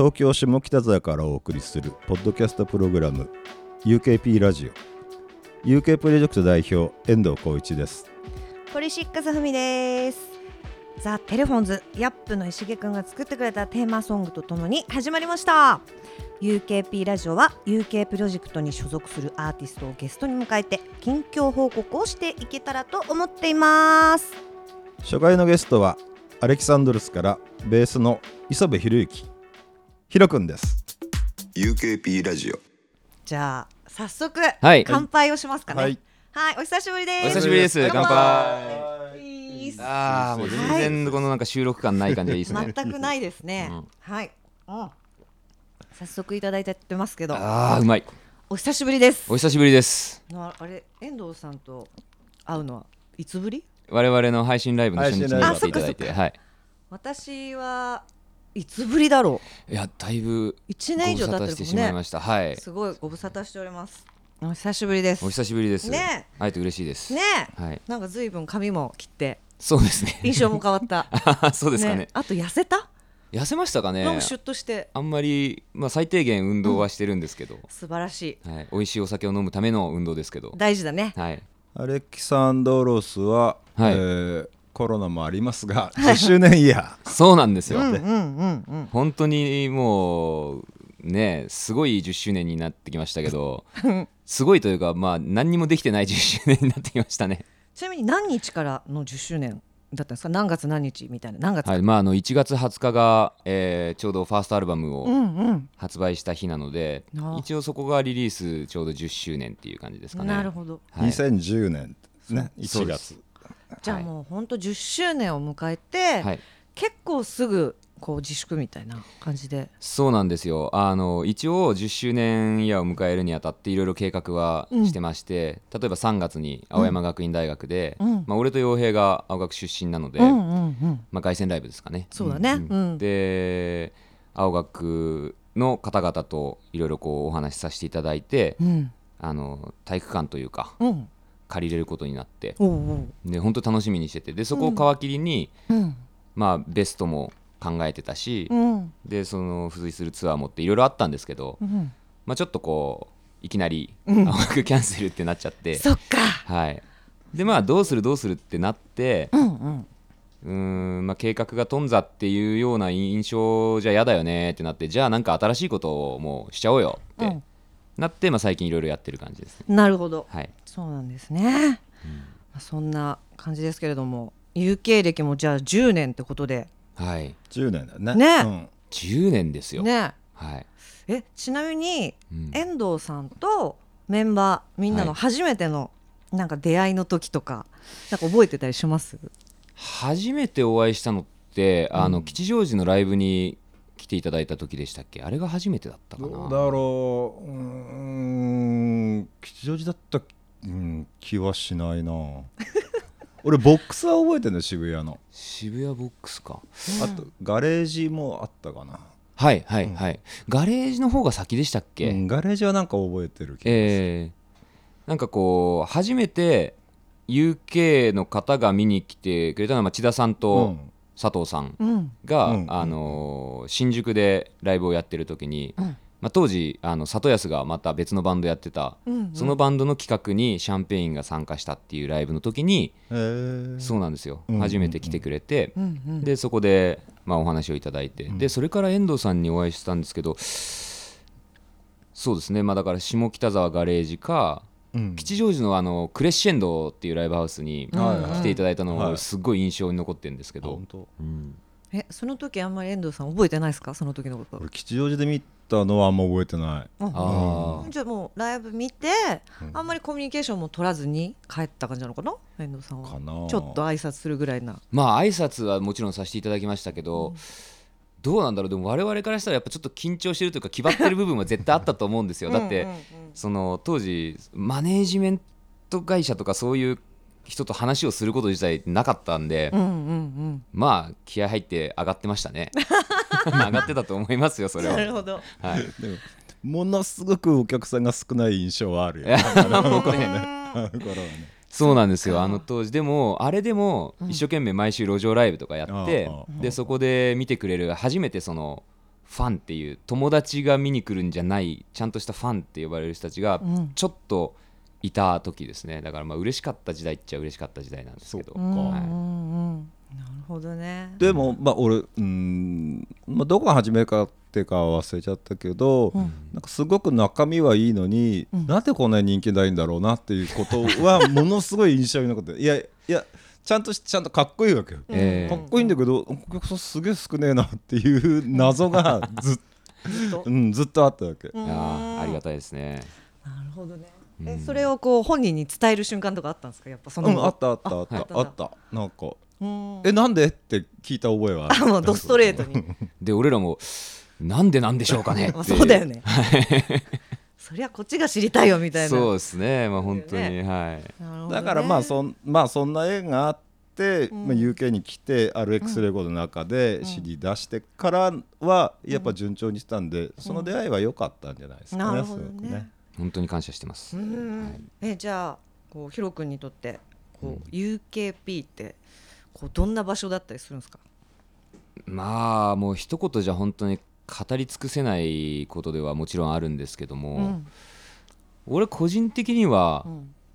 東京下北沢からお送りするポッドキャストプログラム UKP ラジオ UK プロジェクト代表遠藤浩一です。 ポリシックスふみです。ザ・テレフォンズヤップの石毛くんが作ってくれたテーマソングとともに始まりました。 UKP ラジオは UK プロジェクトに所属するアーティストをゲストに迎えて近況報告をしていけたらと思っています。 初回のゲストはアレキサンドルスからベースの磯部博之ひろくんです。 UKP ラジオ。 じゃあ早速、 はい、 乾杯をしますかね。 はい、 はい、お久しぶりです。 お久しぶりです。乾杯。もう全然このなんか収録感ない感じでいいですね。 全くないですね、はい、早速いただいてますけど、 うまい。 お久しぶりです。 お久しぶりです。 あれ、遠藤さんと会うのはいつぶり？ 我々の配信ライブの初日に来ていただいて、はい。私はいつぶりだろう。 いや、だいぶ 1年以上経ってるしてしまいました。はい。 すごいご無沙汰しております。お久しぶりです。 お久しぶりです。 ね、 会えて嬉しいです。 ね、 はい。 なんか随分髪も切って。 そうですね。 印象も変わった。 そうですかね。 あと痩せた？ 痩せましたかね。 なんかシュッとして。 あんまり最低限運動はしてるんですけど。 素晴らしい。 はい。美味しいお酒を飲むための運動ですけど。 大事だね。 はい。 アレキサンドロスは、 はい。 コロナもありますが10周年イヤーそうなんですよ。 本当にもうね、すごい10周年になってきましたけどすごいというか、何にもできてない10周年になってきましたね。 ちなみに何日からの10周年だったんですか？何月何日みたいな。何月か、 はい、1月20日が、ちょうどファーストアルバムを発売した日なので、一応そこがリリースちょうど10周年っていう感じですかね。 なるほど、 はい、2010年ですね、1月。 じゃあもう本当10周年を迎えて、はい、結構すぐこう自粛みたいな感じで。 そうなんですよ。一応10周年イヤーを迎えるにあたっていろいろ計画はしてまして、例えば3月に青山学院大学で、俺と陽平が青学出身なので、凱旋ライブですかね。 そうだね、 で青学の方々といろいろこうお話しさせていただいて、体育館というか、借りれることになって、で本当楽しみにしてて、でそこを皮切りに、ベストも考えてたし、でその付随するツアーもっていろいろあったんですけど、ちょっとこういきなり青学キャンセルってなっちゃって、 そっか、 はい。でどうするってなって、計画が頓挫っていうような印象じゃ嫌だよねってなって、じゃあなんか新しいことをもうしちゃおうよってなって、最近いろいろやってる感じですね。 なるほど、 はい、 そうなんですね、そんな感じですけれども、 UK 歴もじゃあ10年ってことで。 はい、 10年だね。 10年ですよね。 はい、ちなみに、遠藤さんとメンバーみんなの初めてのなんか出会いの時とか、なんか覚えてたりします？ 初めてお会いしたのって、吉祥寺のライブに来ていただいた時でしたっけ？あれが初めてだったかな。 どうだろう。吉祥寺だった、気はしないな俺ボックスは覚えてるの、渋谷の渋谷ボックスか、 あとガレージもあったかな。 はいはいはい、ガレージの方が先でしたっけ？ ガレージはなんか覚えてる気がする。 なんかこう初めて UK の方が見に来てくれたのは千田さんと佐藤さんが、新宿でライブをやってる時に、当時里安がまた別のバンドやってた、そのバンドの企画にシャンペインが参加したっていうライブの時に、そうなんですよ、初めて来てくれて、でそこで、お話をいただいて、でそれから遠藤さんにお会いしたんですけど、そうですね、だから下北沢ガレージか、吉祥寺のクレッシェンドっていうライブハウスに来ていただいたのがすごい印象に残ってるんですけど、 その時あんまり遠藤さん覚えてないですか？その時のこと。 俺吉祥寺で見たのはあんま覚えてない。 じゃあもうライブ見て、あんまりコミュニケーションも取らずに帰った感じなのかな、遠藤さんは。ちょっと挨拶するぐらいな。 挨拶はもちろんさせていただきましたけど、どうなんだろう。でも我々からしたらやっぱちょっと緊張してるというか気張ってる部分は絶対あったと思うんですよ。だってその当時マネージメント会社とかそういう人と話をすること自体なかったんで、気合入って上がってましたね上がってたと思いますよ、それは。 なるほど、 はい、でもものすごくお客さんが少ない印象はあるよねそうなんですよ。当時でもあれでも一生懸命毎週路上ライブとかやって、でそこで見てくれる初めてそのファンっていう友達が見に来るんじゃないちゃんとしたファンって呼ばれる人たちがちょっといた時ですね。だからまあ嬉しかった時代っちゃ嬉しかった時代なんですけど。 なるほどね。 でもまあ俺どこが初めかってか忘れちゃったけど、なんかすごく中身はいいのに、なんでこんなに人気ないんだろうなっていうことはものすごい印象に残っていやちゃんとかっこいいわけよ、かっこいいんだけどお客さんすげえ少ねえなっていう謎がずっとあったわけ。 ありがたいですね。 なるほどね。それをこう本人に伝える瞬間とかあったんですか？やっぱそのあったなんかなんでって聞いた覚えはある。 もうドストレートにで俺らもなんでなんでしょうかねってそうだよねそりゃこっちが知りたいよみたいな。 そうですね、まあ本当に、はい。 だからまあそんな縁があって、UK に来て RX レコードの中で CD 出してからはやっぱ順調にしたんで、その出会いは良かったんじゃないですかね。 なるほどね。 本当に感謝してます。 じゃあこうヒロ君にとってこう UKP ってこうどんな場所だったりするんですか？ まあもう一言じゃ本当に語り尽くせないことではもちろんあるんですけども、俺個人的には、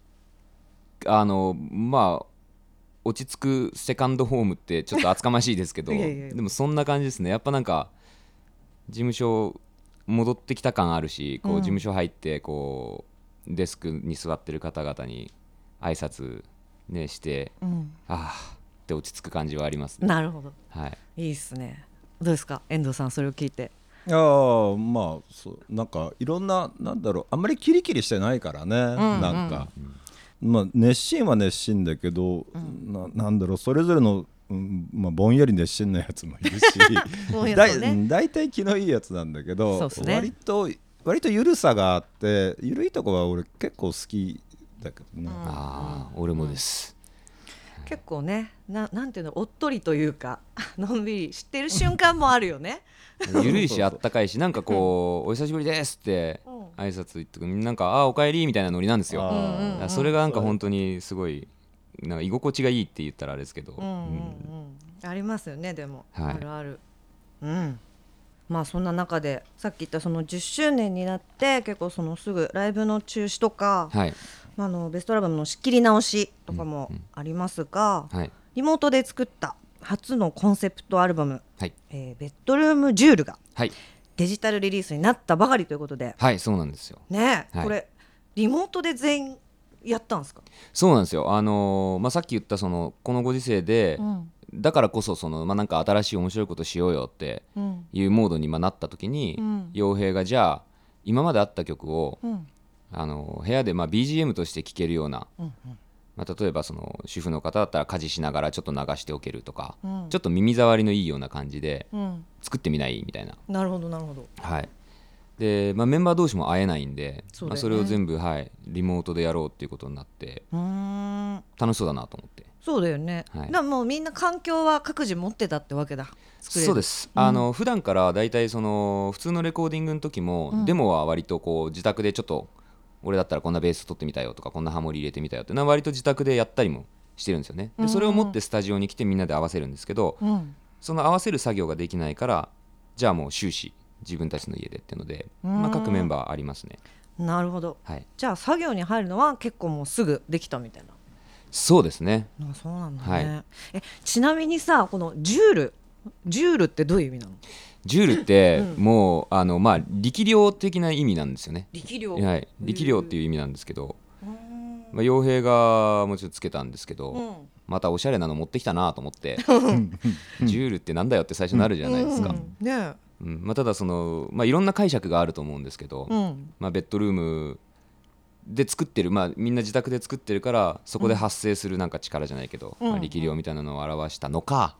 まあ落ち着くセカンドホームってちょっと厚かましいですけどでもそんな感じですね。やっぱなんか事務所戻ってきた感あるし、こう事務所入ってこうデスクに座ってる方々に挨拶ねして、ああって落ち着く感じはありますね。 なるほど、 はい、 いいっすね。どうですか遠藤さん、それを聞いて。 まあなんかいろんななんだろう、あんまりキリキリしてないからね、なんか、まあ熱心は熱心だけど、なんだろう、それぞれのぼんやり熱心なやつもいるしだいたい気のいいやつなんだけど、割と緩さがあって緩いとこは俺結構好きだけどね。 俺もです。 結構ね、なんていうの、おっとりというかのんびりしてる瞬間もあるよね緩いしあったかいし、なんかこうお久しぶりですって挨拶言ってくる、なんかおかえりみたいなノリなんですよ。それがなんか本当にすごいなんか居心地がいいって言ったらあれですけど、 ありますよね。でも、あるある。まあそんな中でさっき言ったその10周年になって結構そのすぐライブの中止とか、ベストアルバムの仕切り直しとかもありますが、リモートで作った初のコンセプトアルバム、ベッドルームジュールがデジタルリリースになったばかりということで、 そうなんですよね。これリモートで全員やったんですか？ そうなんですよ。さっき言ったこのご時世で、だからこそなんか新しい面白いことしようよっていうモードになった時に、陽平がじゃあ今まであった曲を、部屋でBGM として聴けるような、例えば主婦の方だったら家事しながらちょっと流しておけるとか、ちょっと耳障りのいいような感じで作ってみないみたいな。 なるほどなるほど。 でメンバー同士も会えないんで、それを全部、リモートでやろうっていうことになって、楽しそうだなと思って。 そうだよね。だからもうみんな環境は各自持ってたってわけだ。 そうです。普段からだいたい普通のレコーディングの時も、デモは割とこう自宅でちょっと俺だったらこんなベース取ってみたよとかこんなハモリ入れてみたよって割と自宅でやったりもしてるんですよね。でそれを持ってスタジオに来てみんなで合わせるんですけど、その合わせる作業ができないから、じゃあもう終始自分たちの家でっていうので、各メンバーありますね。 なるほど、じゃあ作業に入るのは結構もうすぐできたみたいな。 そうですね。 そうなんだね。ちなみにさ、このジュールってどういう意味なの？ ジュールってもう力量的な意味なんですよね。 力量、 力量っていう意味なんですけど、陽平がもちろんつけたんですけど、またおしゃれなの持ってきたなと思ってジュールってなんだよって最初なるじゃないですか。ただいろんな解釈があると思うんですけど、ベッドルームで作ってる、みんな自宅で作ってるからそこで発生するなんか力じゃないけど、力量みたいなのを表したのか、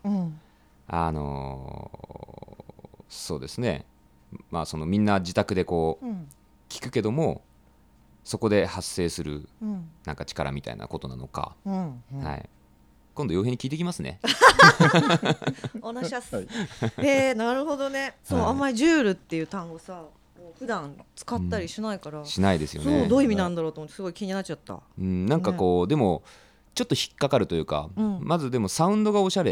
そうですね、みんな自宅でこう聞くけども、そこで発生するなんか力みたいなことなのか、今度陽平に聞いてきますねおなしゃすなるほどね。あんまりジュールっていう単語さ普段使ったりしないから、 しないですよね。 どういう意味なんだろうと思ってすごい気になっちゃった。 なんかこう、でもちょっと引っかかるというか、まずでもサウンドがおしゃれ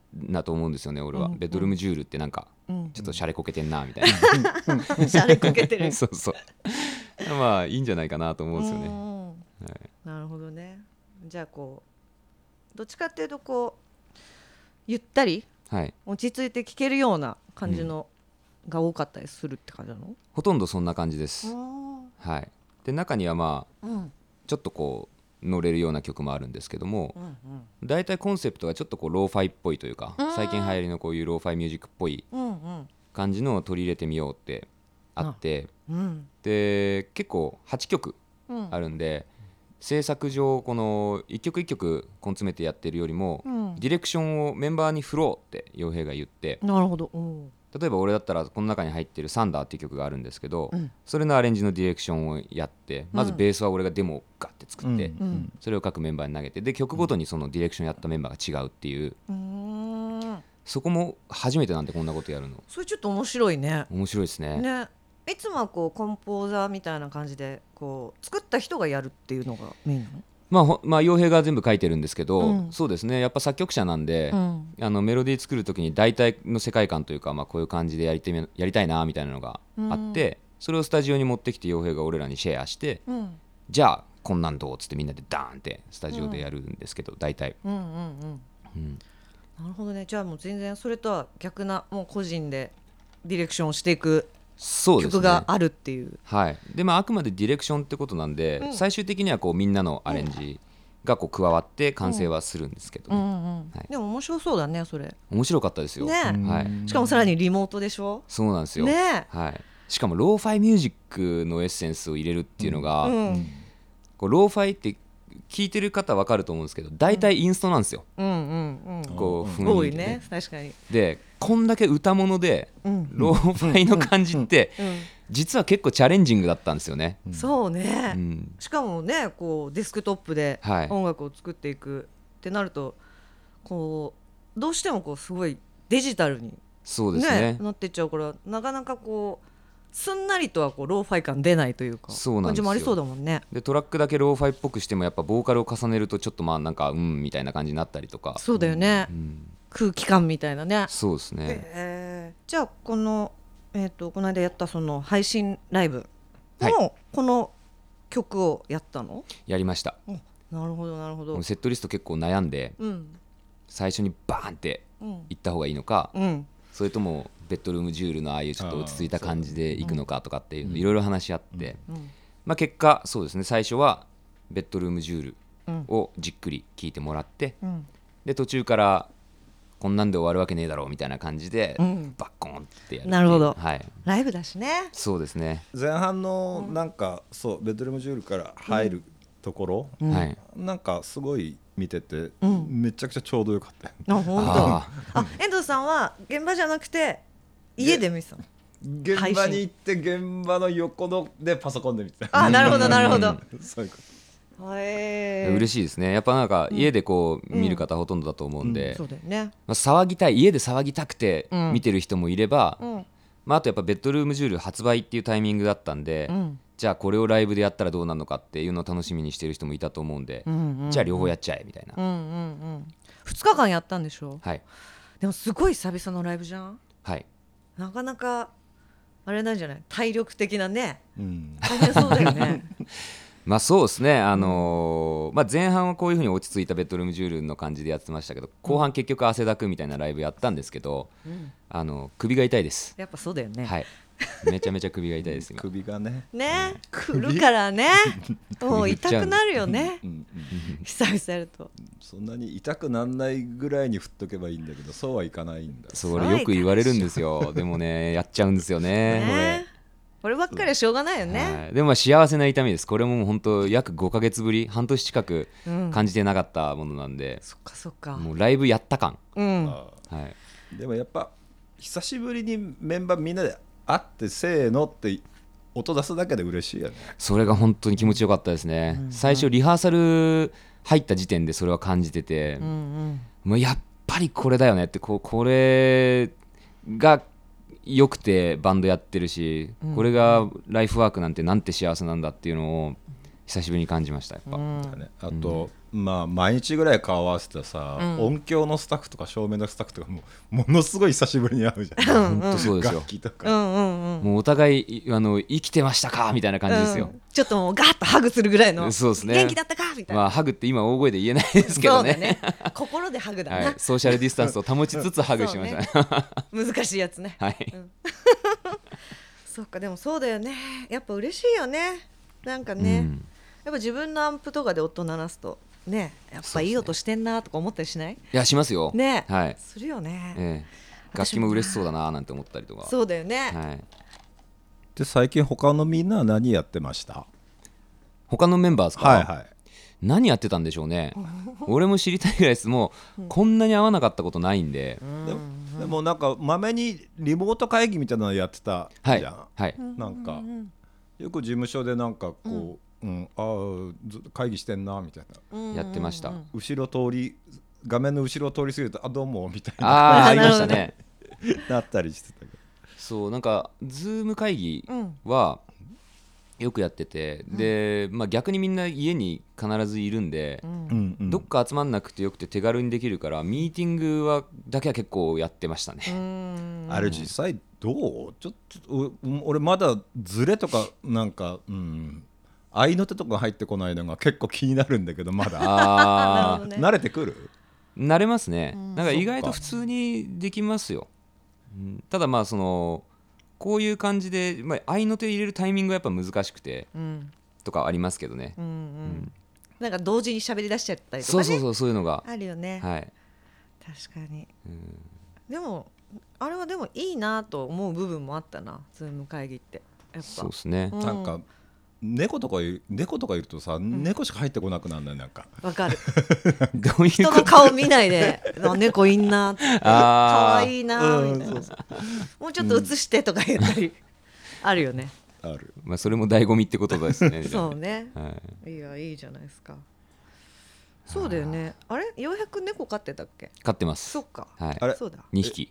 だと思うんですよね俺は、ベッドルームジュールってなんかちょっとシャレこけてんなみたいシャレこけてるなそうそうまあいいんじゃないかなと思うんですよね、はい、 なるほどね。じゃあこうどっちかっていうとこうゆったり、はい、落ち着いて聴けるような感じの、が多かったりするって感じなの？ ほとんどそんな感じです。はい、で中にはまあ、ちょっとこう乗れるような曲もあるんですけども、だいたいコンセプトがちょっとこうローファイっぽいというか、最近流行りのこういうローファイミュージックっぽい感じのを取り入れてみようってあって、で結構8曲あるんで、制作上この一曲一曲根詰めてやってるよりも、ディレクションをメンバーに振ろうって洋平が言って、 なるほど。 例えば俺だったらこの中に入ってるサンダーっていう曲があるんですけど、それのアレンジのディレクションをやって、まずベースは俺がデモをガッて作って、それを各メンバーに投げて、で曲ごとにそのディレクションやったメンバーが違うっていう、そこも初めてなんでこんなことやるの。 それちょっと面白いね。 面白いですね。 いつもはこうコンポーザーみたいな感じでこう作った人がやるっていうのがメインなの？ まあ洋平が全部書いてるんですけど、そうですね、やっぱ作曲者なんで、メロディー作る時に大体の世界観というか、こういう感じでやりたいなみたいなのがあって、それをスタジオに持ってきて洋平が俺らにシェアして、じゃあこんなんどうっつってみんなでダーンってスタジオでやるんですけど、大体なるほどね。じゃあもう全然それとは逆な、もう個人でディレクションをしていく曲があるっていう。 はい。であくまでディレクションってことなんで、最終的にはこうみんなのアレンジがこう加わって完成はするんですけど、 でも面白そうだね。それ面白かったですよ、 ね。はい、しかもさらにリモートでしょ。 そうなんですよ、ね。はい、しかもローファイミュージックのエッセンスを入れるっていうのが、こうローファイって聞いてる方分かると思うんですけど、大体インストなんですよ。こう雰囲気で、ね、 確かに。 でこんだけ歌物で、ローファイの感じって、実は結構チャレンジングだったんですよね。 そうね、しかもねこうデスクトップで音楽を作っていくってなると、こうどうしてもこうすごいデジタルに、 そうですね、 なっていっちゃうから、なかなかこうすんなりとはこうローファイ感出ないというか、感じもありそうだもんね。 でトラックだけローファイっぽくしてもやっぱボーカルを重ねるとちょっとなんかみたいな感じになったりとか。 そうだよね、空気感みたいなね。 そうですね。 じゃあこのこの間やったその配信ライブもこの曲をやったの？ やりました。 なるほどなるほど。 セットリスト結構悩んで、最初にバーンっていった方がいいのか、それともベッドルームジュールのああいうちょっと落ち着いた感じでいくのかとかっていうのいろいろ話し合って、結果そうですね、最初はベッドルームジュールをじっくり聴いてもらって、で途中からこんなんで終わるわけねえだろうみたいな感じで、バッコンってやる。 なるほど、ライブだしね。 そうですね。 前半のなんか、そうベッドルームジュールから入るところ、なんかすごい見てて、めちゃくちゃちょうどよかったよ。 本当。遠藤さんは現場じゃなくて家で見てたの？ 現場に行って現場の横のでパソコンで見てた。なるほどなるほど。 そういうこと。 嬉しいですね。やっぱなんか家でこう見る方ほとんどだと思うんで、 そうだよね。 騒ぎたい、家で騒ぎたくて見てる人もいれば、あとやっぱベッドルームジュール発売っていうタイミングだったんで、じゃあこれをライブでやったらどうなるのかっていうのを楽しみにしてる人もいたと思うんで、じゃあ両方やっちゃえみたいな。 2日間やったんでしょ？ はい。 でもすごい久々のライブじゃん。 はい。 なかなかあれなんじゃない？体力的なね、大変そうだよね。 そうですね、前半はこういう風に落ち着いたベッドルームジュールの感じでやってましたけど、後半結局汗だくみたいなライブやったんですけど、首が痛いです。 やっぱそうだよね。 はい、めちゃめちゃ首が痛いです今。 首がね来るからね、もう痛くなるよね。久々やるとそんなに痛くなんないぐらいに振っとけばいいんだけど、そうはいかないんだ。 それよく言われるんですよ。でもねやっちゃうんですよね。 こればっかりはしょうがないよね。 でも幸せな痛みです。これも本当約5ヶ月ぶり、半年近く感じてなかったものなんで、 そっかそっか、 もうライブやった感。 でもやっぱ久しぶりにメンバーみんなで会ってせーのって音出すだけで嬉しいよね。 それが本当に気持ちよかったですね。最初リハーサル入った時点でそれは感じてて、もうやっぱりこれだよねって、これがよくてバンドやってるし、これがライフワークなんて幸せなんだっていうのを久しぶりに感じましたやっぱ、 ね、あと、まあ毎日ぐらい顔合わせてさ、音響のスタッフとか照明のスタッフとかものすごい久しぶりに会うじゃん。 本当そうですよ楽器とか、 もうお互い生きてましたかみたいな感じですよ、 ちょっともうガッとハグするぐらいのそうですね、 元気だったかみたいな、 まあハグって今大声で言えないですけどね、 そうだね心でハグだな、 はい、ソーシャルディスタンスを保ちつつハグしましたね難しいやつね、 はい、 そっか。でもそうだよね、やっぱ嬉しいよね、なんかね、やっぱ自分のアンプとかで音鳴らすとね、やっぱいい音してんなとか思ったりしない？ いやしますよね、 はい、 するよね、 楽器も嬉しそうだななんて思ったりとか。 そうだよね、 はい、 で最近他のみんなは何やってました？ 他のメンバーですか？ はいはい。 何やってたんでしょうね俺も知りたいぐらいです。もうこんなに会わなかったことないんで、 でもなんかまめにリモート会議みたいなのやってたじゃん、 はい、 なんかよく事務所でなんかこう、会議してんなみたいな、 やってました。 後ろ通り画面の後ろ通り過ぎるとどうもみたいなあありましたねなったりしてたけど、 そうなんかズーム会議はよくやってて、で、まあ、逆にみんな家に必ずいるんで、どっか集まんなくてよくて手軽にできるからミーティングだけは結構やってましたね。 あれ実際どう？ちょっと俺まだズレとかなんか、合いの手とか入ってこないのが結構気になるんだけどまだあね、 慣れてくる？ 慣れますね、なんか意外と普通にできますよ、ただまあそのこういう感じで、合いの手入れるタイミングがやっぱ難しくて、とかありますけどね、 なんか同時に喋り出しちゃったりとかね、 そういうのがあるよね、 はい、 確かに、でもあれはでもいいなと思う部分もあったな、ズーム会議ってやっぱそうですね、 なんか猫とかいるとさ、猫しか入ってこなくなるんだよ。なんかわかるどういう人の顔見ないで猫いんなって可愛いなみたいな、もうちょっと映してとか言ったり、あるよね。 ある、 まあ、それも醍醐味ってことですねそうね、 はい、 いいじゃないですか。そうだよね。あれようやく猫飼ってたっけ？ 飼ってます。 そっか、 はい、 あれそうだ 2匹。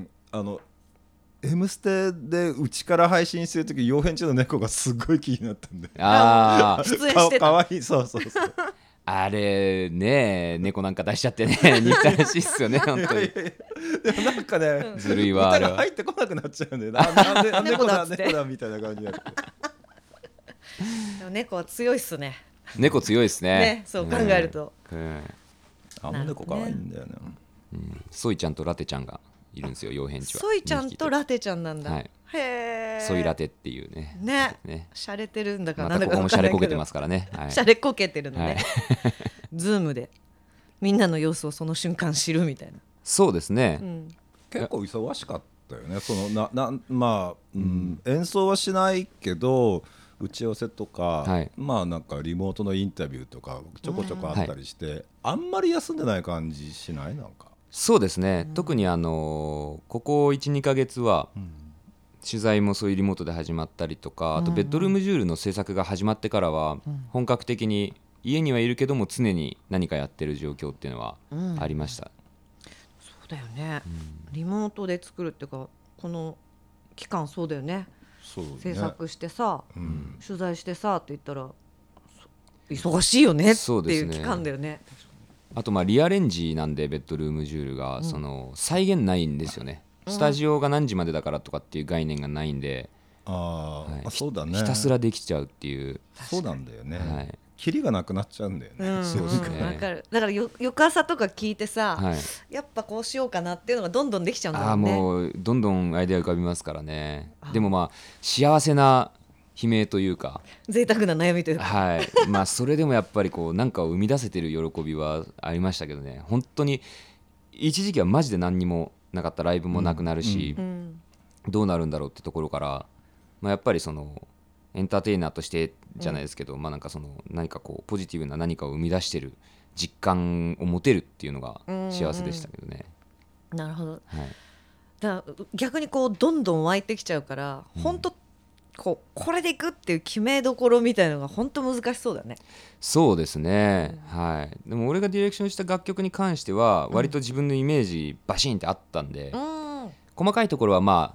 Mステでうちから配信してる時洋編中の猫がすごい気になったんで、 出演してたかわいい、そうあれね、猫なんか出しちゃってね憎たらしいっすよね本当に。 でもなんかね、 ずるいわあれは。 歌が入ってこなくなっちゃうんで、なんで猫だみたいな感じになってでも猫は強いっすね。 猫強いっすね。 ね、そう考えると、 あの猫かわいいんだよね。 ソイちゃんとラテちゃんがいるんですよ、洋編地は。 ソイちゃんとラテちゃんなんだ、 はい、 へー、 ソイラテっていうねしゃれてるんだかまたここもしゃれこけてますからね、はい、 しゃれこけてるのね、 はい、 ズームでみんなの様子をその瞬間知るみたいな。 そうですね、 結構忙しかったよね。そのまあ、演奏はしないけど打ち合わせとか、 はい、 まあなんかリモートのインタビューとかちょこちょこあったりして、あんまり休んでない感じしない？なんかそうですね、特にここ 1,2 ヶ月は、取材もそういうリモートで始まったりとか、あとベッドルームジュールの制作が始まってからは、本格的に家にはいるけども常に何かやってる状況っていうのはありました、 そうだよね、リモートで作るっていうかこの期間そうだよね。 そうね、 制作してさ、取材してさって言ったら忙しいよねっていう期間だよね。 あとリアレンジなんでベッドルームジュールが、その再現ないんですよね、スタジオが何時までだからとかっていう概念がないんで、 そうだね、 ひたすらできちゃうっていう。 そうなんだよね、 はい、 キリがなくなっちゃうんだよね、 そうですね、 わかる。だから翌朝とか聞いてさ、やっぱこうしようかなっていうのがどんどんできちゃうんだよね。 もうどんどんアイデア浮かびますからね。でも幸せな悲鳴というか贅沢な悩みというか、 それでもやっぱりこう何かを生み出せてる喜びはありましたけどね。本当に一時期はマジで何にもなかった、ライブもなくなるし、どうなるんだろうってところから、やっぱりそのエンターテイナーとしてじゃないですけど、なんかその何かこうポジティブな何かを生み出してる実感を持てるっていうのが幸せでしたけどね。 なるほど、だから逆にこうどんどん湧いてきちゃうから、本当これでいくっていう決めどころみたいなのが本当難しそうだね。 そうですね、でも俺がディレクションした楽曲に関しては割と自分のイメージバシンってあったんで、細かいところは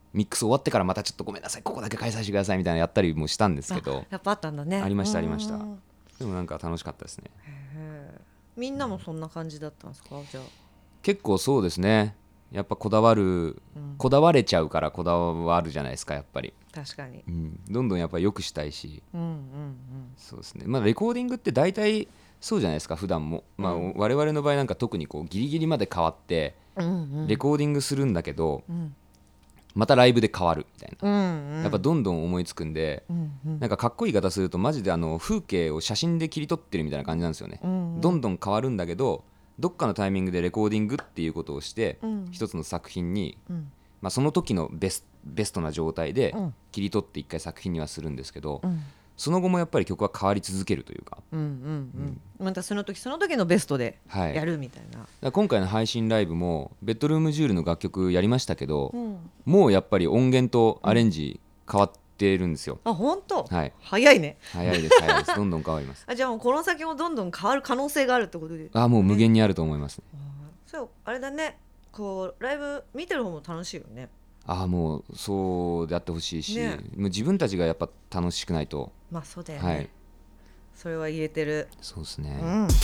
ミックス終わってからまたちょっとごめんなさいここだけ返させてくださいみたいなやったりもしたんですけど、 やっぱあったんだね。 ありましたありました。 うん。 でもなんか楽しかったですね。 へーみんなもそんな感じだったんですか？じゃあ。 結構そうですね。やっぱこだわれちゃうからこだわるじゃないですかやっぱり、 確かに。 どんどんやっぱり良くしたいし、 うんうんそうですね。まあレコーディングって大体そうじゃないですか普段も、まあ我々の場合なんか特にこうギリギリまで変わってレコーディングするんだけど、またライブで変わるみたいな、やっぱどんどん思いつくんで、なんかかっこいい言い方するとマジで風景を写真で切り取ってるみたいな感じなんですよね、どんどん変わるんだけどどっかのタイミングでレコーディングっていうことをして、一つの作品に、まあ、その時のベストな状態で切り取って一回作品にはするんですけど、その後もやっぱり曲は変わり続けるというか、 またその時のベストでやるみたいな、 だから今回の配信ライブもベッドルームジュールの楽曲やりましたけど、もうやっぱり音源とアレンジ変わってるんですよ。 あ、本当？ はい、 早いね。 早いですどんどん変わりますあ、じゃあもうこの先もどんどん変わる可能性があるってことで。 もう無限にあると思いますね。 そうあれだね、こうライブ見てる方も楽しいよね。 もうそうであってほしいし、 ね、 もう自分たちがやっぱ楽しくないと。 まあそうだよね、それは言えてる。 そうですね、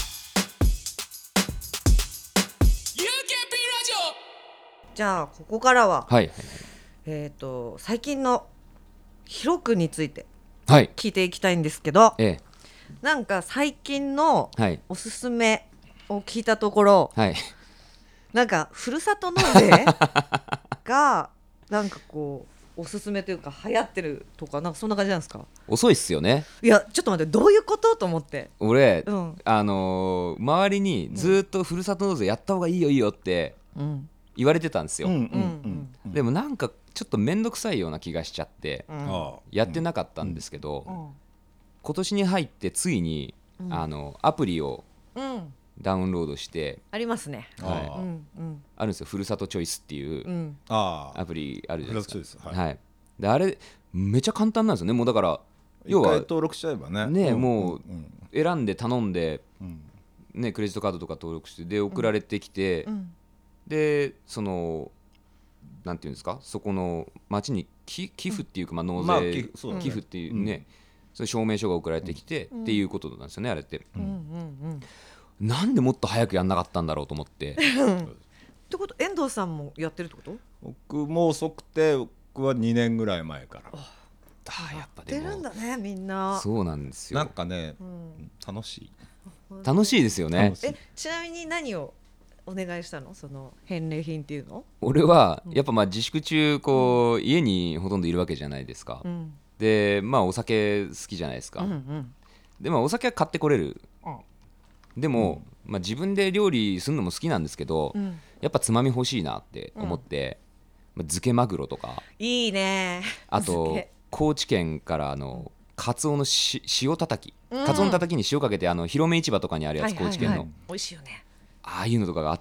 じゃあここからは、 はい、 最近のヒロ君についてはい聞いていきたいんですけど、 ええ、 なんか最近のはいおすすめを聞いたところ、 はい、 なんかふるさと納税がなんかこうおすすめというか流行ってるとかなんかそんな感じなんですか？ 遅いっすよね。 いやちょっと待って、どういうことと思って。 俺、 うん周りにずっとふるさと納税やった方がいいよいいよって言われてたんですよ、でもなんかちょっと面倒くさいような気がしちゃって、やってなかったんですけど、今年に入ってついに、アプリをダウンロードして、 ありますね。 あるんですよ、ふるさとチョイスっていうアプリあるじゃないですか。であれめちゃ簡単なんですよね。もうだから要は一回登録しちゃえばね、 もう選んで頼んで、クレジットカードとか登録してで送られてきて、でそのなんていうんですか、そこの町に寄付っていうか、納税、寄付っていうね、そういう証明書が送られてきて、っていうことなんですよね、あれって。なんでもっと早くやんなかったんだろうと思ってってこと、遠藤さんもやってるってこと？ 僕も遅くて、僕は2年ぐらい前から。 やっぱでもやってるんだね、みんな。 そうなんですよ。 なんかね、楽しいですよね。 ちなみに何をお願いしたの？その返礼品っていうの？ 俺はやっぱ自粛中こう、家にほとんどいるわけじゃないですか、でお酒好きじゃないですか、でお酒は買ってこれる、でも、自分で料理するのも好きなんですけど、やっぱつまみ欲しいなって思って、漬けマグロとか、 いいね。 あと高知県からカツオの塩たたき、カツオのたたきに塩かけて広め市場とかにあるやつ、高知県の美味しいよね。 ああいうのとかがあって、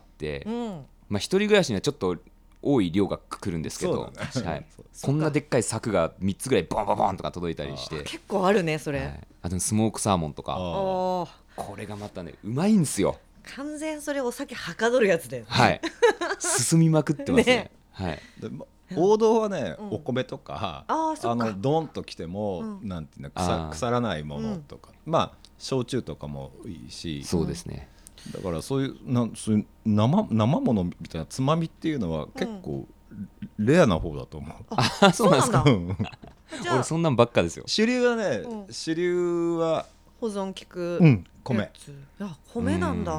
一人暮らしにはちょっと多い量が来るんですけど、こんなでっかい柵が3つぐらいボンボンボンとか届いたりして、 結構あるねそれ、 あとスモークサーモンとか、これがまたねうまいんですよ。 完全それお酒はかどるやつで、 進みまくってますね。 で王道はね、お米とかドンときても、なんていうの、腐らないものとか、焼酎とかもいいし、 そうですね。 だからそういう生ものみたいなつまみっていうのは結構レアな方だと思う。 そうなんですか。俺そんなんばっかですよ。 主流はね、主流は保存効く米。 米なんだ。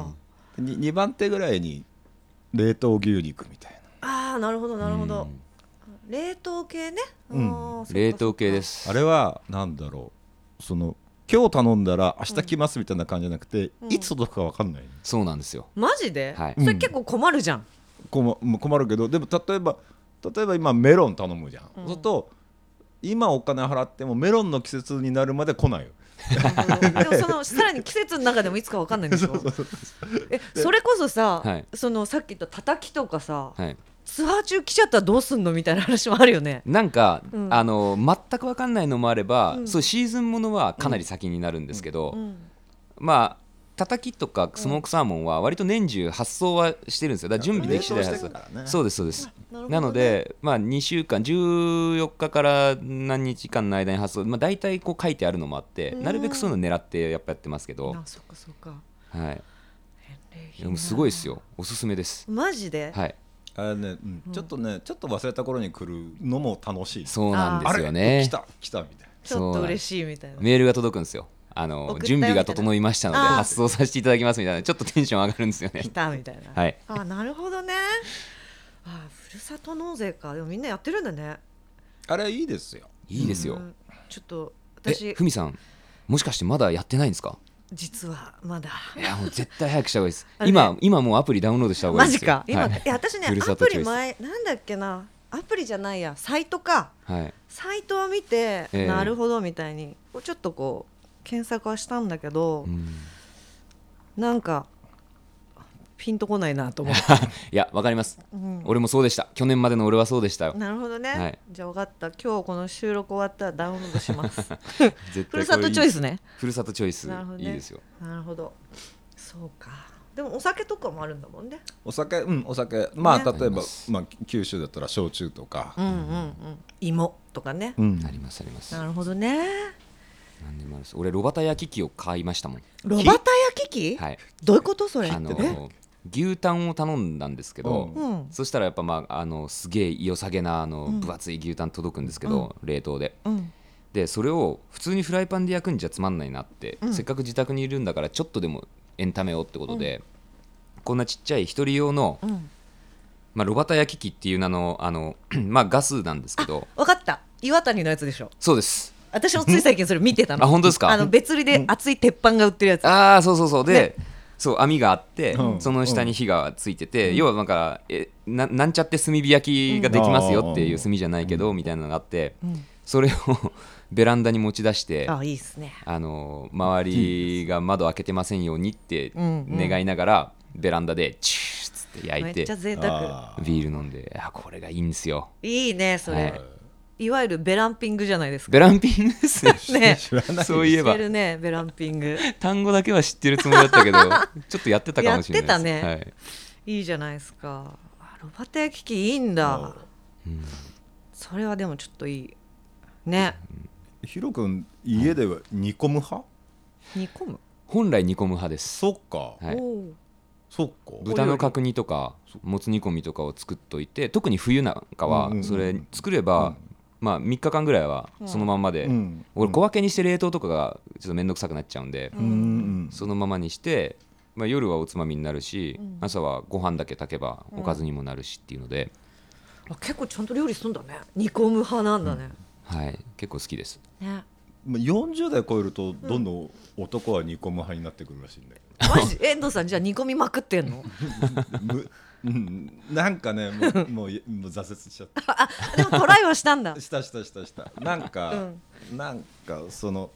2番手ぐらいに冷凍牛肉みたいな。なるほどなるほど。冷凍系ね。 冷凍系です。 あれはなんだろう、今日頼んだら明日来ますみたいな感じじゃなくて、いつ届くか分かんない。 そうなんですよ。 マジで？それ結構困るじゃん。 困るけど、でも例えば今メロン頼むじゃん。そうすると今お金払ってもメロンの季節になるまで来ないよ。 でもさらに季節の中でもいつか分かんないんでしょ。それこそさ、さっき言ったたたきとかさ、ツアー中来ちゃったらどうすんのみたいな話もあるよね。 なんか、全く分かんないのもあれば、そうシーズンものはかなり先になるんですけど、 叩きとかスモークサーモンは割と年中発送はしてるんですよ。だから準備でき次第発送、そうですそうです。なので、まあ、2週間14日から何日間の間に発送、まあ、大体こう書いてあるのもあって、なるべくそういうの狙ってやっぱやってますけど、 そっかそっか、 はい、でもすごいですよ、おすすめです。 マジで、 はい、 あれね、ちょっと忘れた頃に来るのも楽しい。 そうなんですよね。 来たみたいな、 ちょっと嬉しいみたいなメールが届くんですよ。準備が整いましたので発送させていただきますみたいな、ちょっとテンション上がるんですよね。 来たみたいな、 はい、 なるほどね。ふるさと納税か、でもみんなやってるんだね。 あれいいですよ。 いいですよ。 ちょっと私、 ふみさんもしかしてまだやってないんですか？ 実はまだ。 いやもう絶対早くした方がいいです。今もうアプリダウンロードした方がいいですよ。 マジか。今、私ね、アプリ前なんだっけな、アプリじゃないや、サイトか、サイトを見て、なるほどみたいにちょっとこう検索はしたんだけど、なんかピンとこないなと思っていやわかります、俺もそうでした。去年までの俺はそうでしたよ。 なるほどね、じゃあ分かった、今日この収録終わったらダウンロードします絶対ふるさとチョイスね。 ふるさとチョイス、いいですよ。 なるほど、そうか。でもお酒とかもあるんだもんね。 お酒、まあ、例えば、九州だったら焼酎とか、 芋とかね、 ありますあります。 なるほどね。 何でもあるです。俺炉端焼き器を買いましたもん。 炉端焼き器？はい。どういうことそれ？ 牛タンを頼んだんですけど、そしたらやっぱすげえ良さげな分厚い牛タン届くんですけど、冷凍で。でそれを普通にフライパンで焼くんじゃつまんないなって、せっかく自宅にいるんだからちょっとでもエンタメをってことで、こんなちっちゃい一人用の炉端焼き器っていう名のガスなんですけど。 分かった、岩谷のやつでしょ。 そうです。 私もつい最近それ見てたの。 あ、本当ですか？ 別売りで熱い鉄板が売ってるやつ。 そうで、そう網があって、その下に火がついてて、要はなんちゃって炭火焼きができますよっていう、炭じゃないけどみたいなのがあって、それをベランダに持ち出して、 いいっすね。 周りが窓開けてませんようにって願いながらベランダでチューッつって焼いて、 めっちゃ贅沢。 ビール飲んで、これがいいんですよ。 いいねそれ。いわゆるベランピングじゃないですか。 ベランピングですね。そういえば。 知ってるね、ベランピング。 単語だけは知ってるつもりだったけど、ちょっとやってたかもしれないです。 やってたね。いいじゃないですか。炉端焼き器いいんだ。それはでもちょっといいね。 ヒロ君家では煮込む派？ 煮込む？ 本来煮込む派です。 そっか。そっか。 豚の角煮とかもつ煮込みとかを作っといて、特に冬なんかはそれ作れば。3日間ぐらいはそのまんまで、俺小分けにして冷凍とかがちょっと面倒くさくなっちゃうんで、そのままにして、夜はおつまみになるし、朝はご飯だけ炊けばおかずにもなるしっていうので、 結構ちゃんと料理するんだね。煮込む派なんだね。 はい、結構好きですね。 40代超えるとどんどん男は煮込む派になってくるらしいんだけど、マジ？遠藤さんじゃあ煮込みまくってんの？ なんかね、もう挫折しちゃった。 でもトライはしたんだ。 した。なんかその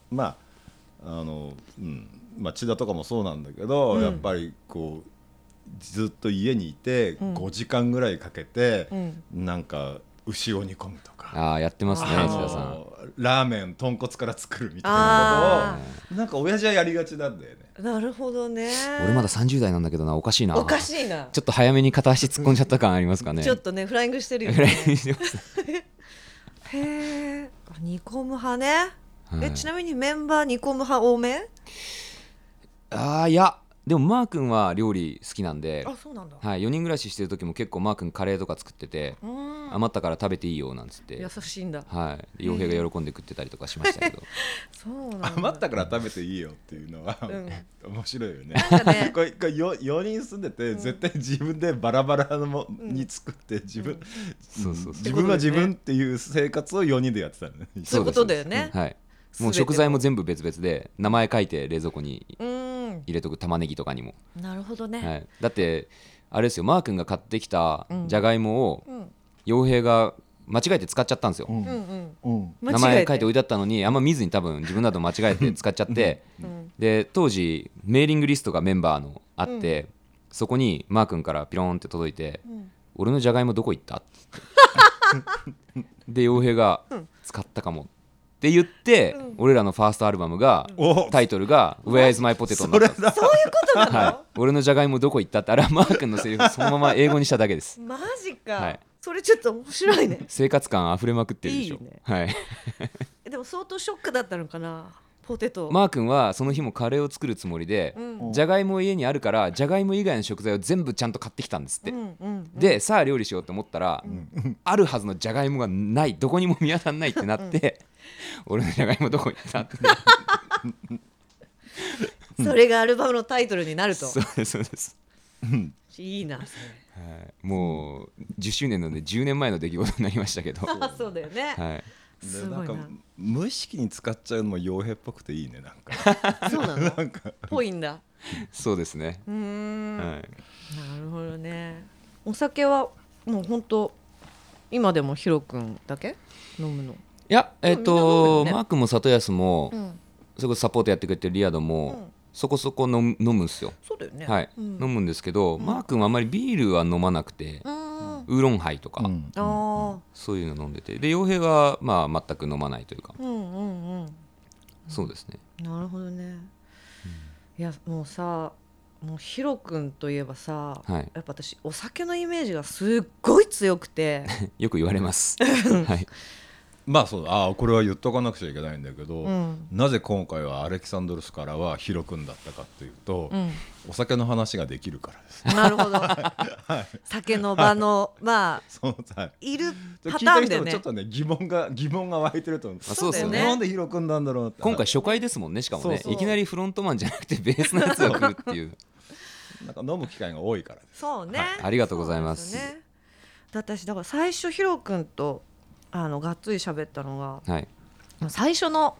千田とかもそうなんだけど、やっぱりこうずっと家にいて5時間ぐらいかけて、なんか牛を煮込むとか。 やってますね、千田さん。 ラーメン豚骨から作るみたいなことをなんか親父はやりがちなんだよね。 なるほどね。 俺まだ30代なんだけどな、おかしいな。 おかしいな。 ちょっと早めに片足突っ込んじゃった感ありますかね。 ちょっとね、フライングしてるよね。 フライングしてますへえ、煮込む派ね。ちなみにメンバー煮込む派多め？ いやでもマー君は料理好きなんで、 そうなんだ。 4人暮らししてる時も結構マー君カレーとか作ってて、余ったから食べていいよなんつって、 優しいんだ。 傭兵が喜んで食ってたりとかしましたけどそうなんだ。 余ったから食べていいよっていうのは、面白いよね。なんかね、これ4人住んでて、絶対自分でバラバラのに作って自分は自分っていう生活を4人でやってたのね。 そういうことだよね。 もう食材も全部別々で名前書いて冷蔵庫に入れとく、玉ねぎとかにも。 なるほどね。 だってあれですよ、マー君が買ってきたじゃがいもを傭兵が間違えて使っちゃったんですよ。名前書いて置いてあったのにあんま見ずに多分自分だと間違えて使っちゃってで当時メーリングリストがメンバーのあって、そこにマー君からピローンって届いて、俺のじゃがいもどこ行ったってで傭兵が使ったかもって言って、俺らのファーストアルバムがタイトルが Where is my potato になったんです。 そういうことなの、 はい、俺のじゃがいもどこ行ったってあれはマー君のセリフをそのまま英語にしただけです。 マジか、 はい、 それちょっと面白いね生活感あふれまくってるでしょ。 いいねはい、 でも相当ショックだったのかなポテト。 マー君はその日もカレーを作るつもりで、じゃがいも家にあるからじゃがいも以外の食材を全部ちゃんと買ってきたんですって、でさあ料理しようと思ったら、あるはずのじゃがいもがない、どこにも見当たんないってなって、俺のじゃがいもどこ行ったってそれがアルバムのタイトルになると。 そうですそうです。 いいなそれ、 はい、もう10周年なので10年前の出来事になりましたけどそうだよね、 はい、 すごいな。 無意識に使っちゃうのも傭兵っぽくていいね、なんかそうなのなんかぽいんだ。 そうですね。 はい、 なるほどね。お酒はもう本当今でもヒロ君だけ飲むの？ いやみんな飲むよねマー君も里安も、それこそサポートやってくれてるリアドも、そこそこ飲むんですよ。 そうだよね、 はい、飲むんですけど、マー君はあんまりビールは飲まなくて、ウーロンハイとか、そういうの飲んでて、で傭兵はまあ全く飲まないというか、そうですね。 なるほどね、いやもうさ、もうヒロ君といえばさ、 はい、 やっぱ私お酒のイメージがすっごい強くてよく言われますはい、 まあそうだ、これは言っとかなくちゃいけないんだけど、なぜ今回はアレキサンドロスからはヒロ君だったかというと、お酒の話ができるからです。 なるほど、酒の場のまあそういるパターンでね、 ちょっとね疑問が湧いてると思う。 そうですよね。 なんでヒロ君なんだろうって。 今回初回ですもんね、しかもね。 そういきなりフロントマンじゃなくてベースのやつが来るっていうなんか飲む機会が多いからです。 そうね、 ありがとうございます。 ね、私だから最初ヒロ君とがっつり喋ったのが、はい、最初の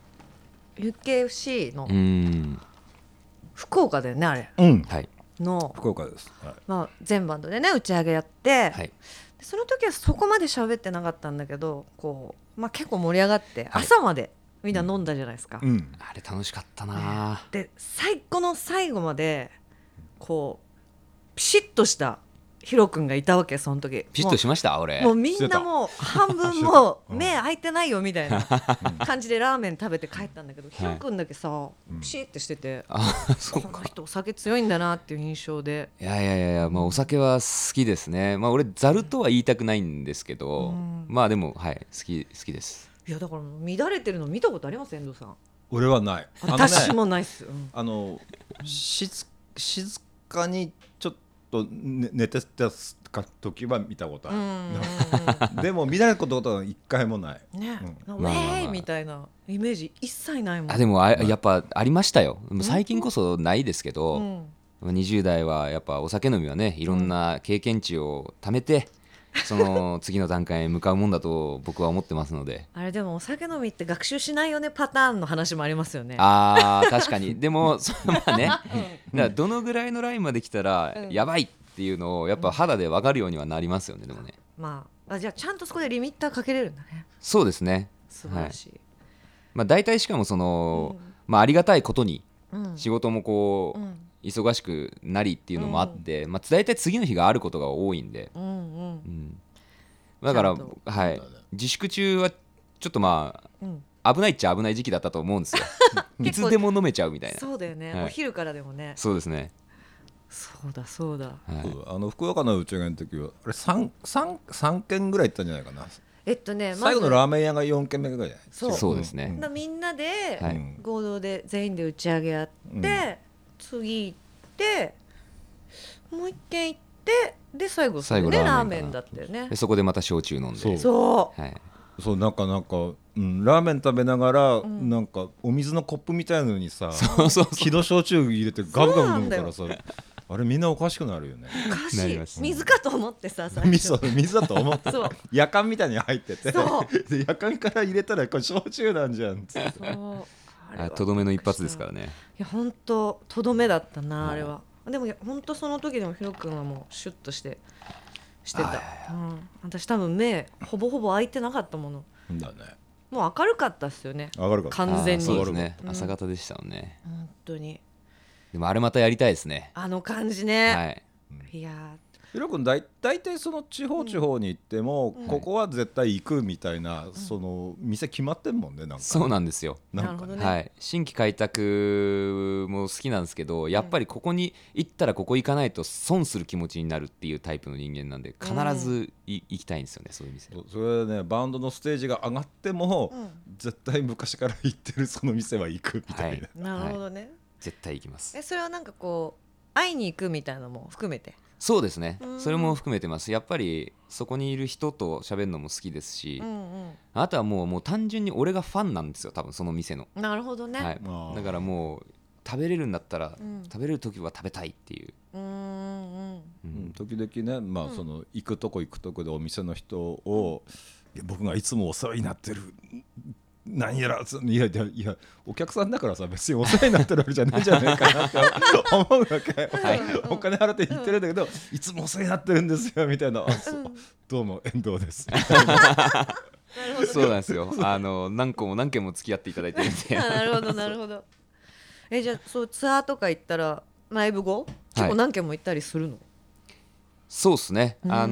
UKFC の福岡だよね、あれ、 はい、 の福岡です、はい、 まあ、全バンドでね打ち上げやって、 はい、 でその時はそこまで喋ってなかったんだけど、こう、まあ、結構盛り上がって朝までみんな飲んだじゃないですか、 あれ楽しかったな。 で最後の最後までこうピシッとしたヒロ君がいたわけ。その時ピシッとしました。俺もうみんなもう半分もう目開いてないよみたいな感じでラーメン食べて帰ったんだけど、ヒロ君だけさピシッとしてて、この人お酒強いんだなっていう印象で。 いや、まあ、お酒は好きですね。まあ俺ザルとは言いたくないんですけど、まあでもはい好きです。 いやだから乱れてるの見たことあります？遠藤さん。 俺はない。 私もないっす。 静かにちょっと寝てた時は見たことある。でも見られることは一回もない。 ね、ウェーイみたいなイメージ一切ないもん。 でもやっぱありましたよ。最近こそないですけど、20代はやっぱお酒飲みはね、いろんな経験値を貯めて、その次の段階へ向かうもんだと僕は思ってますので。 あれでもお酒飲みって学習しないよねパターンの話もありますよね。 確かに。でもまあね、だからどのぐらいのラインまで来たらやばいっていうのをやっぱ肌で分かるようにはなりますよね。でもね、 まあじゃあちゃんとそこでリミッターかけれるんだね。 そうですね、 素晴らしい。 まあ、大体しかもその、まあ、ありがたいことに仕事もこう、忙しくなりっていうのもあって、まあ、大体次の日があることが多いんで、だから、はい、自粛中はちょっとまあ、危ないっちゃ危ない時期だったと思うんですよいつでも飲めちゃうみたいな。 そうだよね、お昼からでもね。 そうですね。 そうだ、 福岡の打ち上げの時はあれ 3軒ぐらい行ったんじゃないかな。最後のラーメン屋が4軒目ぐらいじゃない。 そうですね。 みんなで合同で全員で打ち上げやって、次行ってもう一軒行って、で最後ラーメンだったよね。 でそこでまた焼酎飲んで、 そうなんかラーメン食べながら、なんかお水のコップみたいなのにさ、木戸焼酎入れてガブガブ飲むからさ、あれみんなおかしくなるよね。 おかしい、水かと思ってさ、 水だと思って夜間みたいに入ってて、で夜間から入れたらこれ焼酎なんじゃんっつって。 とどめの一発ですからね。 いや本当とどめだったな、あれは。でも本当その時でもヒロ君はもうシュッとしてた。私多分目ほぼほぼ開いてなかったものだね。 もう明るかったっすよね。 明るかった、 完全に。 そうですね、朝方でしたもんね。 本当に。 でもあれまたやりたいですね、 あの感じね。いやヒロ君大体その地方に行っても、ここは絶対行くみたいな、その店決まってんもんね。なんかそうなんですよ。 なるほどね、 はい、新規開拓も好きなんですけど、やっぱりここに行ったらここ行かないと損する気持ちになるっていうタイプの人間なんで、必ず行きたいんですよね、そういう店。 それはね、バンドのステージが上がっても、絶対昔から行ってるその店は行くみたいな、 なるほどね、 絶対行きます。 それはなんかこう会いに行くみたいなのも含めて。 そうですね、それも含めてます。やっぱりそこにいる人と喋るのも好きですし、あとはもう単純に俺がファンなんですよ、多分その店の。 なるほどね、 はい、だからもう食べれるんだったら、食べれる時は食べたいっていう。 時々ね、まあその行くとこでお店の人を、いや僕がいつもお世話になってる何やら、いやお客さんだからさ、別にお世話になってるわけじゃないんじゃないかなって思うわけ、お金払って言ってるんだけど、いつもお世話になってるんですよみたいな、どうも遠藤ですみたいなそうなんですよ。何件も付き合っていただいてるんでなるほどなるほど。じゃあそうツアーとか行ったらライブ後結構何件も行ったりするの？ そうですね、だいたい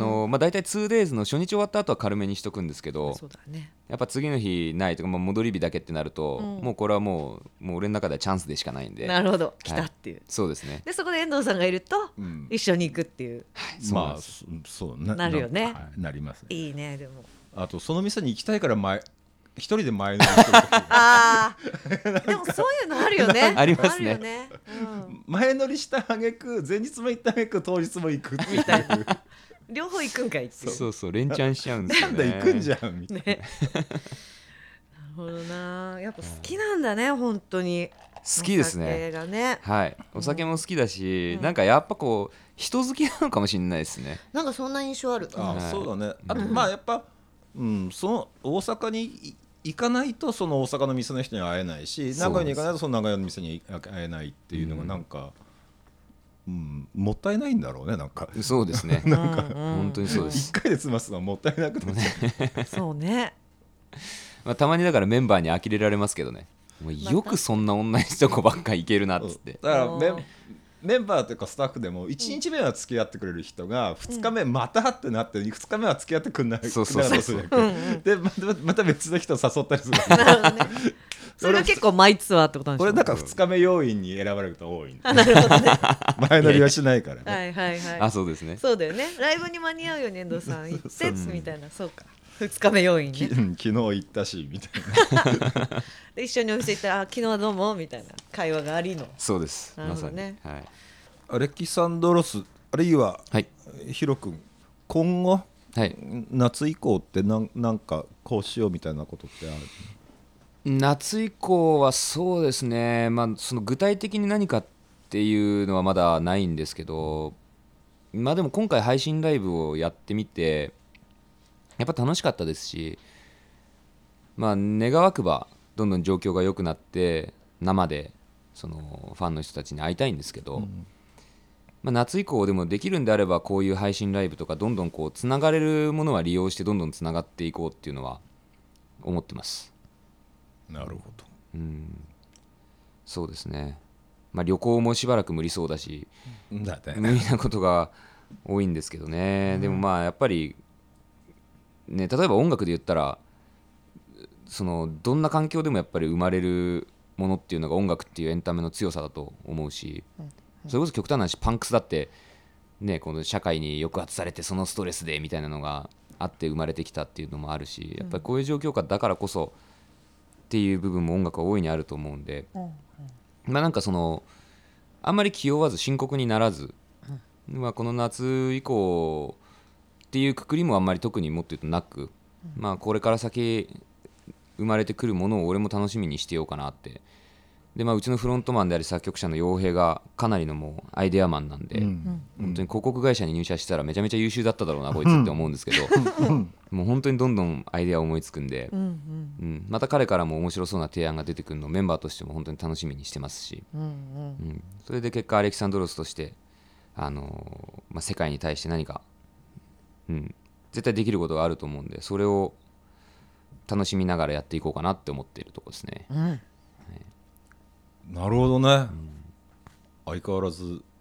2days の初日終わった後は軽めにしとくんですけど、 そうだね、 やっぱ次の日ないとか、戻り日だけってなると、もうこれはもう俺の中ではチャンスでしかないんで。 なるほど、来たっていう、 そうですね。 でそこで遠藤さんがいると、一緒に行くっていう、 まあそうなるよね、 なりますね。 いいね。でもあとその店に行きたいから一人で前乗りするあでもそういうのあるよねありますね。 あるよね、 前乗りした挙句、前日も行った挙句当日も行くみたいな両方行くんかいっていう。 そう連チャンしちゃうんですよね。 なんだ行くんじゃんみたいな、 なるほどな、やっぱ好きなんだね、本当に。 好きですね。 お酒がね、 はい、お酒も好きだし、なんかやっぱこう人好きなのかもしれないですね。 なんかそんな印象ある。 そうだね。あとまあやっぱ、その大阪に行かないとその大阪の店の人には会えないし、名古屋に行かないとその名古屋の店に会えないっていうのがなんか、もったいないんだろうね、なんか。 そうですねなんか本当にそうです。 1回で済ますのはもったいなくてそうね、 たまにだからメンバーに呆れられますけどね、もうよくそんな同じとこばっか行けるなっつって。 だからメンバーというかスタッフでも1日目は付き合ってくれる人が2日目またってなって、2日目は付き合ってくんないでまた別の人を誘ったりするなるほどね。それが結構マイツアーってことなんでしょ。 俺なんか2日目要員に選ばれると多いんでなるほどね前乗りはしないからね。 はいはいはい。 あ、そうですね。 そうだよね、ライブに間に合うよね、遠藤さん行ってみたいな。そうか、2日目要員ね。 昨日行ったしみたいなで一緒にお店行ったら、昨日はどうもみたいな会話がありの。 そうです、 なるほどね、 まさに。はい、 アレキサンドロスあるいは、ヒロ君今後、夏以降ってなんかこうしようみたいなことってある？ 夏以降はそうですね、その具体的に何かっていうのはまだないんですけど、でも今回配信ライブをやってみてやっぱ楽しかったですし、願わくばどんどん状況が良くなって生でそのファンの人たちに会いたいんですけど、夏以降でもできるんであればこういう配信ライブとかどんどんこうつながれるものは利用してどんどんつながっていこうっていうのは思ってます。 なるほど。 そうですね。旅行もしばらく無理そうだし、無理なことが多いんですけどね。でもやっぱりね、例えば音楽で言ったらそのどんな環境でもやっぱり生まれるものっていうのが音楽っていうエンタメの強さだと思うし、それこそ極端な話パンクスだってね、この社会に抑圧されてそのストレスでみたいなのがあって生まれてきたっていうのもあるし、やっぱりこういう状況下だからこそっていう部分も音楽は大いにあると思うんで、なんかそのあんまり気負わず深刻にならず、この夏以降っていうくくりもあんまり特にもっと言うとなく、これから先生まれてくるものを俺も楽しみにしてようかなって。でうちのフロントマンであり作曲者の陽平がかなりのもうアイデアマンなんで、本当に広告会社に入社したらめちゃめちゃ優秀だっただろうなこいつって思うんですけどもう本当にどんどんアイデアを思いつくんで、また彼からも面白そうな提案が出てくるのをメンバーとしても本当に楽しみにしてますし、それで結果アレキサンドロスとして、世界に対して何か、絶対できることがあると思うんで、それを楽しみながらやっていこうかなって思っているところですね。 なるほどね、相変わらず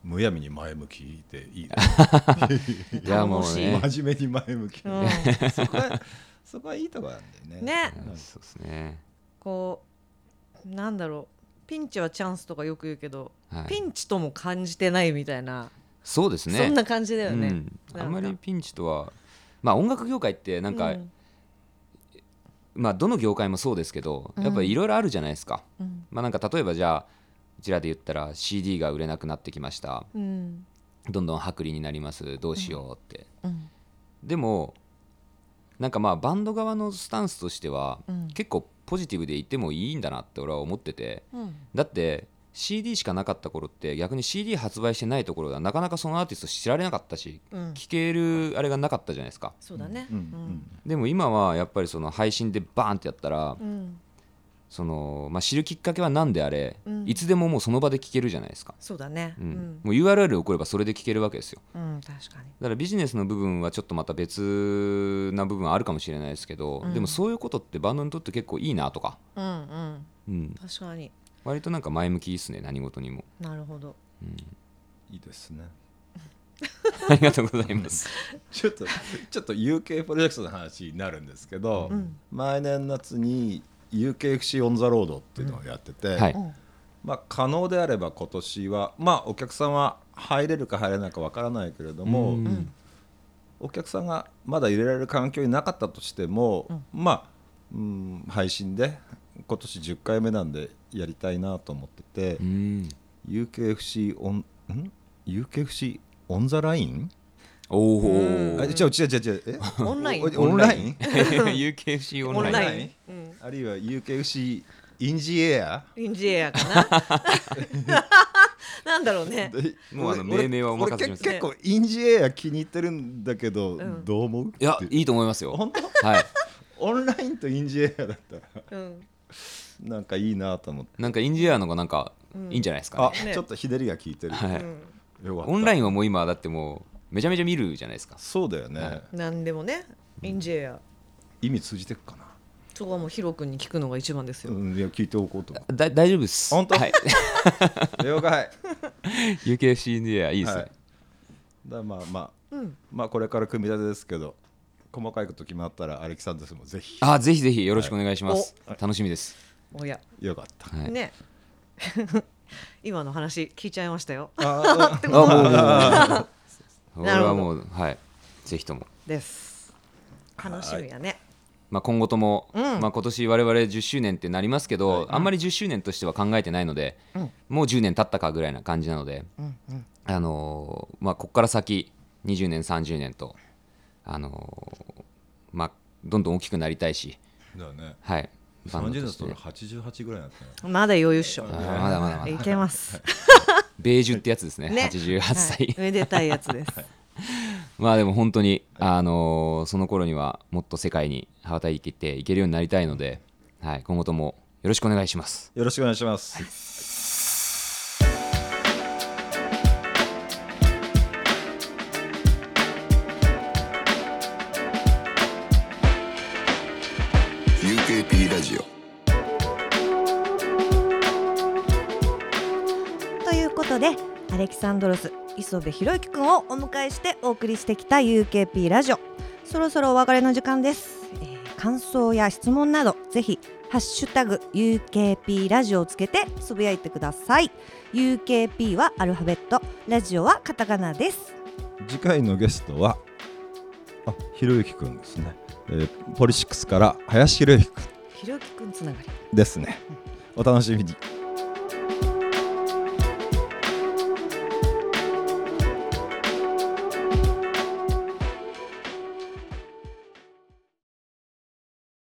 むやみに前向きでいいいやもうね真面目に前向き、そこはいいところなんだよね。 ね、 そうですね。 こうなんだろう、ピンチはチャンスとかよく言うけど、 はい、 ピンチとも感じてないみたいな、 そうですね、 そんな感じだよね、 あんまりピンチとは、まあ音楽業界ってなんか、まあどの業界もそうですけど、やっぱりいろいろあるじゃないですか、まあなんか例えばじゃあうちらで言ったら CD が売れなくなってきました、どんどん薄利になります、どうしようって、でもなんかまあバンド側のスタンスとしては、結構ポジティブでいてもいいんだなって俺は思ってて、だって CD しかなかった頃って逆に CD 発売してないところがなかなかそのアーティスト知られなかったし、聴けるあれがなかったじゃないですか。 そうだね、 でも今はやっぱりその配信でバーンってやったら、そのまあ、知るきっかけは何であれ、いつでももうその場で聴けるじゃないですか。 そうだね、 もう URL 送ればそれで聴けるわけですよ、 確かに。 だからビジネスの部分はちょっとまた別な部分はあるかもしれないですけど、でもそういうことってバンドにとって結構いいなとか、確かに割となんか前向きですね、何事にも。 なるほど、 いいですねありがとうございますちょっと UK プロジェクトの話になるんですけど、毎年夏に UKFC オンザロードっていうのをやってて、まあ、可能であれば今年は、まあ、お客さんは入れるか入れないかわからないけれども、お客さんがまだ入れられる環境になかったとしても、まあ、配信で今年10回目なんでやりたいなと思ってて、UKFC オンザライン、 おお、 違うオンライン UKFC オンライン、 あるいは UKFC インジエアかななんだろうね、 もう命名はお任せします。 結構インジエア気に入ってるんだけど、どう思う？ いや、いいと思いますよ。 本当？ はい。 オンラインとインジエアだったら、なんかいいなと思って。 なんかインジエアのがなんかいいんじゃないですかね。ちょっとひねりが効いてる。 オンラインはもう今だってもうめちゃめちゃ見るじゃないですか。 そうだよね。 なんでもね、インジエア意味通じてるかな。 そこはもうヒロ君に聞くのが一番ですよ。 いや、聞いておこうと。 大丈夫です。 本当？ はい。 了解。 UKFC インジエアいいですね。 だまあこれから組み立てですけど、細かいこと決まったらアレキサンドスもぜひ。 ぜひぜひよろしくお願いします。楽しみです。 おや。 よかった。 ね。今の話聞いちゃいましたよ。 俺はもうぜひともです。楽しみやね。 まあ今後とも、まあ今年我々10周年ってなりますけど、あんまり10周年としては考えてないので、もう10年経ったかぐらいな感じなので、まあここから先20年30年とまあどんどん大きくなりたいし、 だね。 はい。 30年と88ぐらいだったね。まだ余裕っしょ。 まだいけます。 ベージュってやつですね。88歳。 めでたいやつです。 まあでも本当にその頃にはもっと世界に羽ばたいていけるようになりたいので、今後ともよろしくお願いします。 よろしくお願いします。 UKP ラジオということで、アレキサンドロス磯部博之くんをお迎えしてお送りしてきた UKP ラジオ、そろそろお別れの時間です。感想や質問などぜひハッシュタグ UKP ラジオをつけてつぶやいてください。 UKP はアルファベット、ラジオはカタカナです。 次回のゲストはひろゆきくんですね。ポリシックスから林ひろゆきくんひろゆきくんつながりですね。お楽しみに。